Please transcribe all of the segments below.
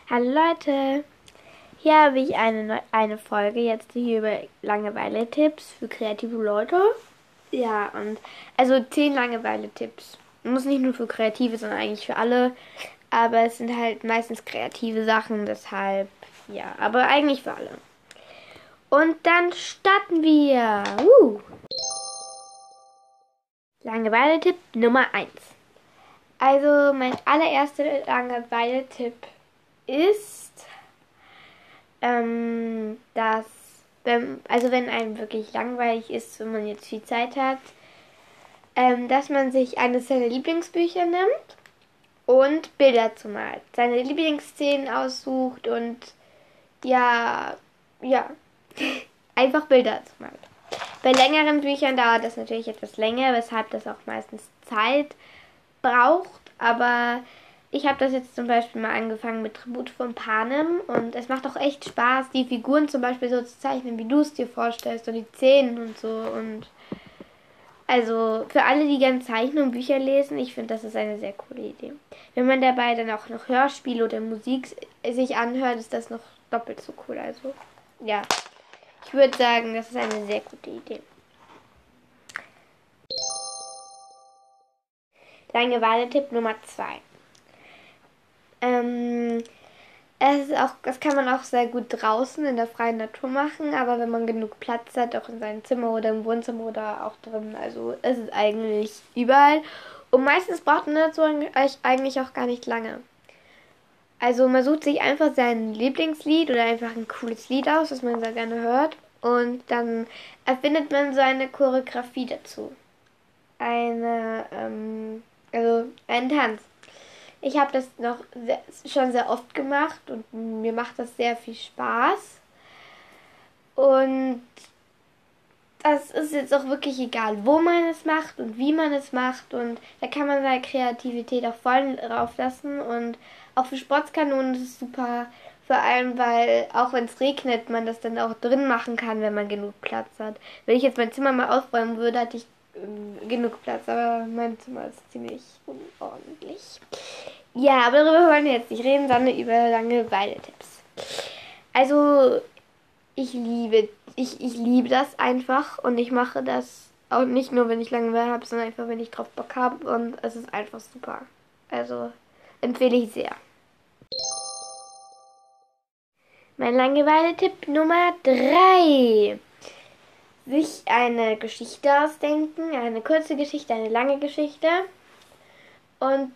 Hallo Leute, hier habe ich eine Folge jetzt hier über Langeweile-Tipps für kreative Leute. Ja, und also 10 Langeweile-Tipps. Muss nicht nur für Kreative, sondern eigentlich für alle. Aber es sind halt meistens kreative Sachen, deshalb ja, aber eigentlich für alle. Und dann starten wir. Langeweile-Tipp Nummer 1. Also mein allererster Langeweile-Tipp ist dass, wenn einem wirklich langweilig ist, wenn man jetzt viel Zeit hat, dass man sich eines seiner Lieblingsbücher nimmt und Bilder zu malt. Seine Lieblingsszenen aussucht und ja, einfach Bilder zu malen. Bei längeren Büchern dauert das natürlich etwas länger, weshalb das auch meistens Zeit braucht, aber ich habe das jetzt zum Beispiel mal angefangen mit Tribut von Panem und es macht auch echt Spaß, die Figuren zum Beispiel so zu zeichnen, wie du es dir vorstellst und die Szenen und so. Und also für alle, die gerne zeichnen und Bücher lesen, ich finde, das ist eine sehr coole Idee. Wenn man dabei dann auch noch Hörspiel oder Musik sich anhört, ist das noch doppelt so cool. Also ja, ich würde sagen, das ist eine sehr gute Idee. Langeweile-Tipp Nummer 2. Das kann man auch sehr gut draußen in der freien Natur machen, aber wenn man genug Platz hat, auch in seinem Zimmer oder im Wohnzimmer oder auch drin, also es ist eigentlich überall. Und meistens braucht man dazu eigentlich auch gar nicht lange. Also man sucht sich einfach sein Lieblingslied oder einfach ein cooles Lied aus, das man sehr gerne hört. Und dann erfindet man so eine Choreografie dazu. Also einen Tanz. Ich habe das schon sehr oft gemacht und mir macht das sehr viel Spaß. Und das ist jetzt auch wirklich egal, wo man es macht und wie man es macht. Und da kann man seine Kreativität auch voll rauflassen. Und auch für Sportskanonen ist es super. Vor allem, weil auch wenn es regnet, man das dann auch drin machen kann, wenn man genug Platz hat. Wenn ich jetzt mein Zimmer mal aufräumen würde, hatte ich genug Platz. Aber mein Zimmer ist ziemlich unordentlich. Ja, aber darüber wollen wir jetzt nicht reden, sondern über Langeweile-Tipps. Also, ich liebe das einfach und ich mache das auch nicht nur, wenn ich Langeweile habe, sondern einfach, wenn ich drauf Bock habe und es ist einfach super. Also, empfehle ich sehr. Mein Langeweile-Tipp Nummer 3. Sich eine Geschichte ausdenken, eine kurze Geschichte, eine lange Geschichte und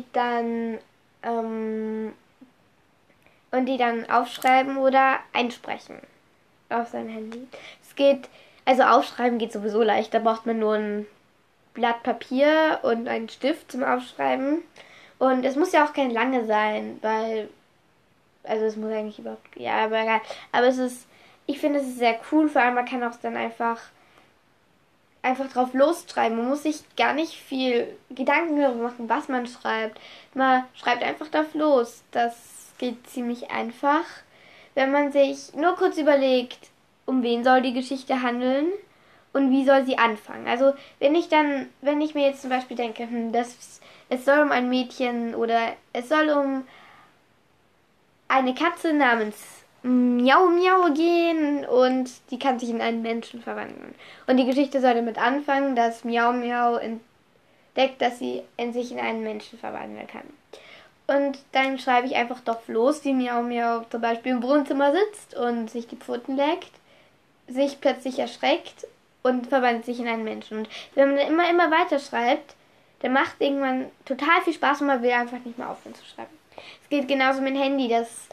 die dann aufschreiben oder einsprechen auf sein Handy. Also aufschreiben geht sowieso leicht, da braucht man nur ein Blatt Papier und einen Stift zum Aufschreiben. Und es muss ja auch kein lange sein, also es muss eigentlich überhaupt, ja, aber egal. Aber ich finde es ist sehr cool, vor allem man kann auch dann einfach drauf losschreiben. Man muss sich gar nicht viel Gedanken darüber machen, was man schreibt. Man schreibt einfach drauf los. Das geht ziemlich einfach, wenn man sich nur kurz überlegt, um wen soll die Geschichte handeln und wie soll sie anfangen. Also wenn ich mir jetzt zum Beispiel denke, es soll um ein Mädchen oder es soll um eine Katze namens Miau Miau gehen und die kann sich in einen Menschen verwandeln. Und die Geschichte soll damit anfangen, dass Miau Miau entdeckt, dass sie sich in einen Menschen verwandeln kann. Und dann schreibe ich einfach drauf los, wie Miau Miau zum Beispiel im Wohnzimmer sitzt und sich die Pfoten leckt, sich plötzlich erschreckt und verwandelt sich in einen Menschen. Und wenn man dann immer weiter schreibt, dann macht irgendwann total viel Spaß und man will einfach nicht mehr aufhören zu schreiben. Es geht genauso mit dem Handy, das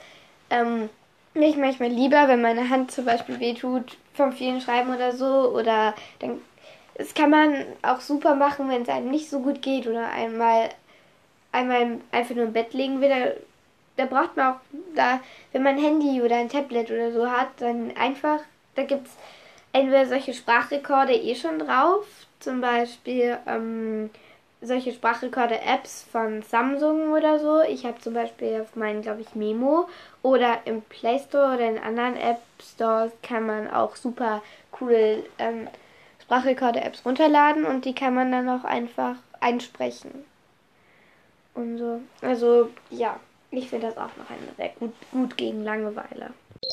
mir manchmal lieber, wenn meine Hand zum Beispiel wehtut vom vielen Schreiben oder so. Oder dann, das kann man auch super machen, wenn es einem nicht so gut geht oder einmal einfach nur im Bett liegen will. Da braucht man auch, wenn man ein Handy oder ein Tablet oder so hat, dann einfach, da gibt es entweder solche Sprachrekorder schon drauf, zum Beispiel solche Sprachrekorder-Apps von Samsung oder so. Ich habe zum Beispiel auf meinen, glaube ich, Memo oder im Play Store oder in anderen App Stores kann man auch super coole Sprachrekorder-Apps runterladen und die kann man dann auch einfach einsprechen. Und so. Also, ja. Ich finde das auch noch eine sehr gut gegen Langeweile.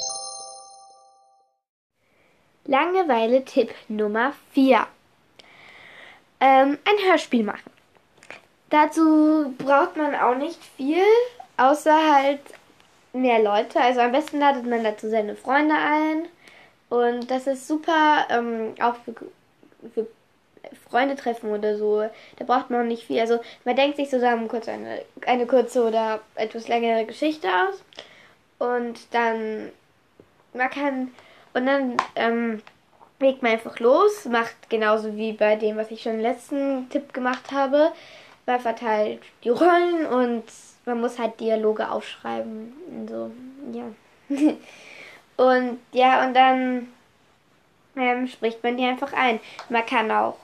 Langeweile-Tipp Nummer 4. Ein Hörspiel machen. Dazu braucht man auch nicht viel, außer halt mehr Leute. Also am besten ladet man dazu seine Freunde ein. Und das ist super, auch für Freunde treffen oder so. Da braucht man auch nicht viel. Also man denkt sich zusammen kurz eine kurze oder etwas längere Geschichte aus. Und dann man kann und dann legt man einfach los, macht genauso wie bei dem, was ich schon im letzten Tipp gemacht habe. Man verteilt die Rollen und man muss halt Dialoge aufschreiben. Und so, ja. Und ja, und dann spricht man die einfach ein. Man kann auch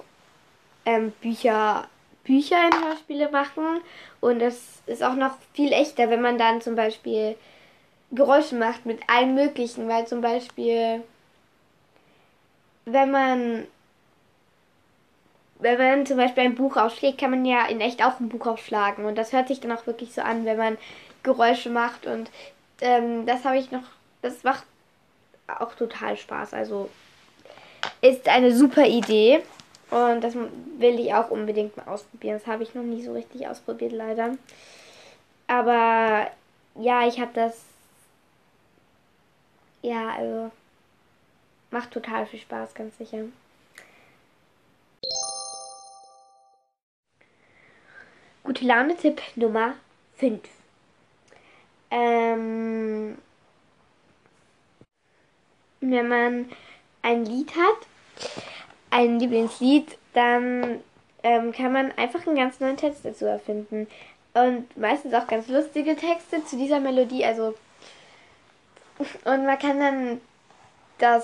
Bücher in Hörspiele machen und das ist auch noch viel echter, wenn man dann zum Beispiel Geräusche macht mit allen möglichen, weil zum Beispiel, wenn man wenn man zum Beispiel ein Buch aufschlägt, kann man ja in echt auch ein Buch aufschlagen und das hört sich dann auch wirklich so an, wenn man Geräusche macht und das macht auch total Spaß, also ist eine super Idee. Und das will ich auch unbedingt mal ausprobieren. Das habe ich noch nie so richtig ausprobiert, leider. Aber ja, ich habe das. Ja, also macht total viel Spaß, ganz sicher. Gute Laune-Tipp Nummer 5. Ähm, Wenn man ein Lied hat, ein Lieblingslied, dann kann man einfach einen ganz neuen Text dazu erfinden. Und meistens auch ganz lustige Texte zu dieser Melodie. Also, und man kann dann das,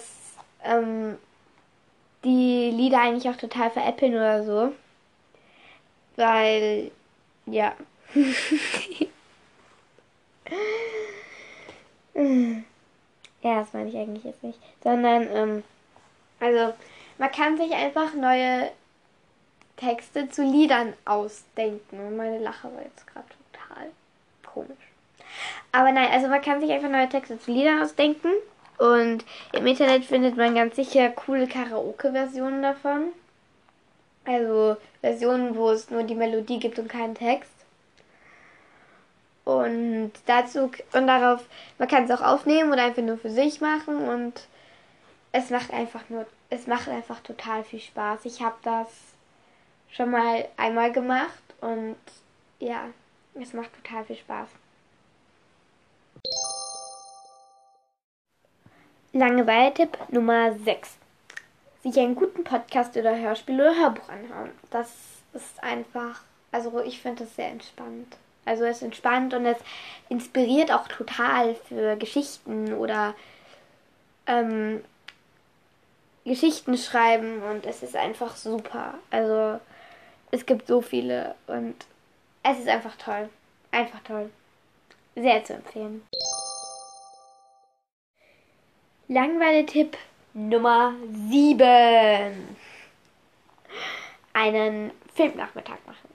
die Lieder eigentlich auch total veräppeln oder so. Weil, ja. Ja, das meine ich eigentlich jetzt nicht. Sondern, also, man kann sich einfach neue Texte zu Liedern ausdenken. Und meine Lache war jetzt gerade total komisch. Aber nein, also man kann sich einfach neue Texte zu Liedern ausdenken. Und im Internet findet man ganz sicher coole Karaoke-Versionen davon. Also Versionen, wo es nur die Melodie gibt und keinen Text. Und darauf, man kann es auch aufnehmen oder einfach nur für sich machen und es macht einfach total viel Spaß. Ich habe das schon mal einmal gemacht und ja, es macht total viel Spaß. Langeweile-Tipp Nummer 6. Sich einen guten Podcast oder Hörspiel oder Hörbuch anhören. Das ist einfach, also ich finde das sehr entspannt. Also es ist entspannt und es inspiriert auch total für Geschichten oder ähm, Geschichten schreiben und es ist einfach super. Also es gibt so viele und es ist einfach toll. Einfach toll. Sehr zu empfehlen. Langeweile-Tipp Nummer 7. Einen Filmnachmittag machen.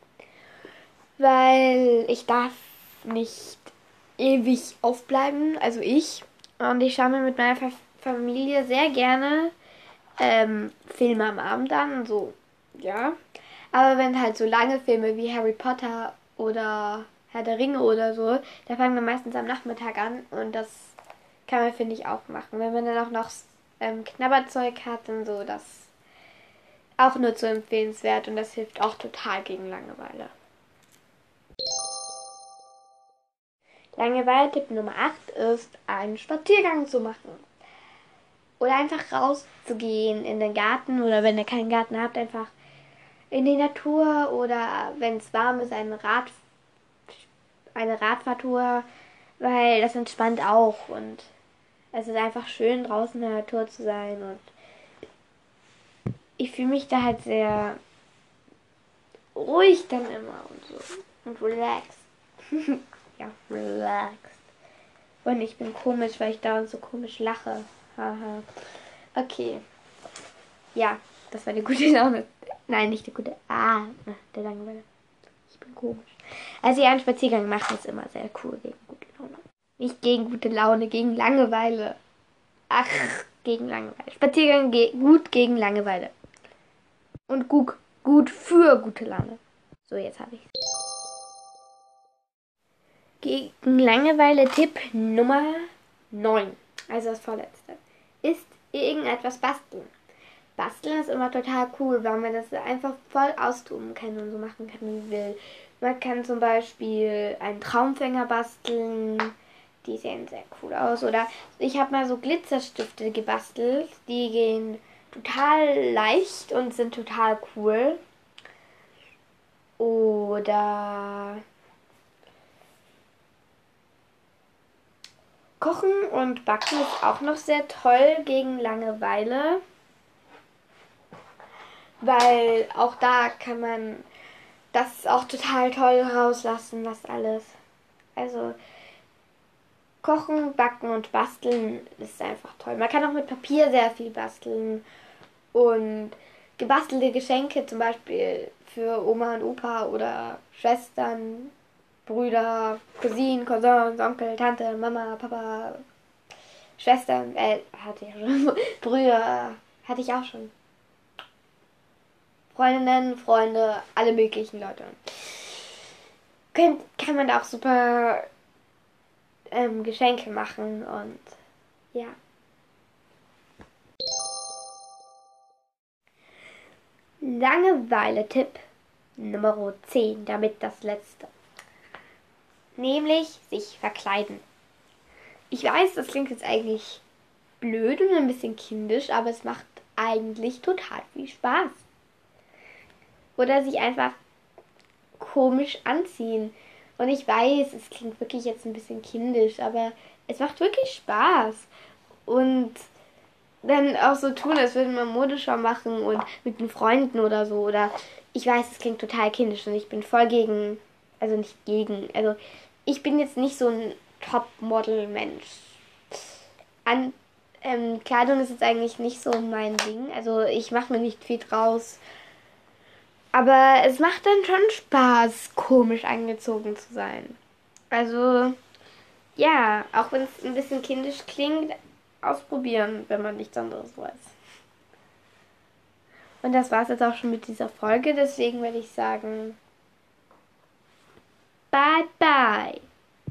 Weil ich darf nicht ewig aufbleiben, also ich. Und ich schaue mir mit meiner Familie sehr gerne Filme am Abend an, so, ja. Aber wenn halt so lange Filme wie Harry Potter oder Herr der Ringe oder so, da fangen wir meistens am Nachmittag an und das kann man, finde ich, auch machen. Wenn man dann auch noch Knabberzeug hat und so, das auch nur zu empfehlenswert und das hilft auch total gegen Langeweile. Langeweile-Tipp Nummer 8 ist, einen Spaziergang zu machen. Oder einfach rauszugehen in den Garten oder wenn ihr keinen Garten habt, einfach in die Natur oder wenn es warm ist, eine Radfahrtour, weil das entspannt auch und es ist einfach schön draußen in der Natur zu sein und ich fühle mich da halt sehr ruhig dann immer und so und relaxed. Ja, relaxed. Und ich bin komisch, weil ich dauernd so komisch lache. Haha. Okay. Ja, das war die gute Laune. Nein, nicht die gute. Der Langeweile. Ich bin komisch. Als sie einen Spaziergang machen, ist immer sehr cool gegen gute Laune. Nicht gegen gute Laune, gegen Langeweile. Ach, gegen Langeweile. Spaziergang gut gegen Langeweile. Und gut für gute Laune. So, jetzt habe ich es. Gegen Langeweile Tipp Nummer 9, also das vorletzte, ist irgendetwas basteln. Basteln ist immer total cool, weil man das einfach voll austoben kann und so machen kann, wie man will. Man kann zum Beispiel einen Traumfänger basteln, die sehen sehr cool aus. Oder ich habe mal so Glitzerstifte gebastelt, die gehen total leicht und sind total cool. Oder Kochen und Backen ist auch noch sehr toll gegen Langeweile, weil auch da kann man das auch total toll rauslassen, was alles. Also Kochen, Backen und Basteln ist einfach toll. Man kann auch mit Papier sehr viel basteln und gebastelte Geschenke zum Beispiel für Oma und Opa oder Schwestern, Brüder, Cousinen, Cousins, Onkel, Tante, Mama, Papa, Schwestern, hatte ich schon. Brüder, hatte ich auch schon. Freundinnen, Freunde, alle möglichen Leute. Kann man da auch super Geschenke machen und ja. Langeweile-Tipp Nummer 10, damit das letzte. Nämlich sich verkleiden. Ich weiß, das klingt jetzt eigentlich blöd und ein bisschen kindisch, aber es macht eigentlich total viel Spaß. Oder sich einfach komisch anziehen. Und ich weiß, es klingt wirklich jetzt ein bisschen kindisch, aber es macht wirklich Spaß. Und dann auch so tun, als würde man Modeschau machen und mit den Freunden oder so. Oder ich weiß, es klingt total kindisch und ich bin voll gegen, also nicht gegen, also ich bin jetzt nicht so ein Topmodel-Mensch. An Kleidung ist jetzt eigentlich nicht so mein Ding. Also ich mache mir nicht viel draus. Aber es macht dann schon Spaß, komisch angezogen zu sein. Also, ja, auch wenn es ein bisschen kindisch klingt, ausprobieren, wenn man nichts anderes weiß. Und das war es jetzt auch schon mit dieser Folge. Deswegen werde ich sagen, bye bye.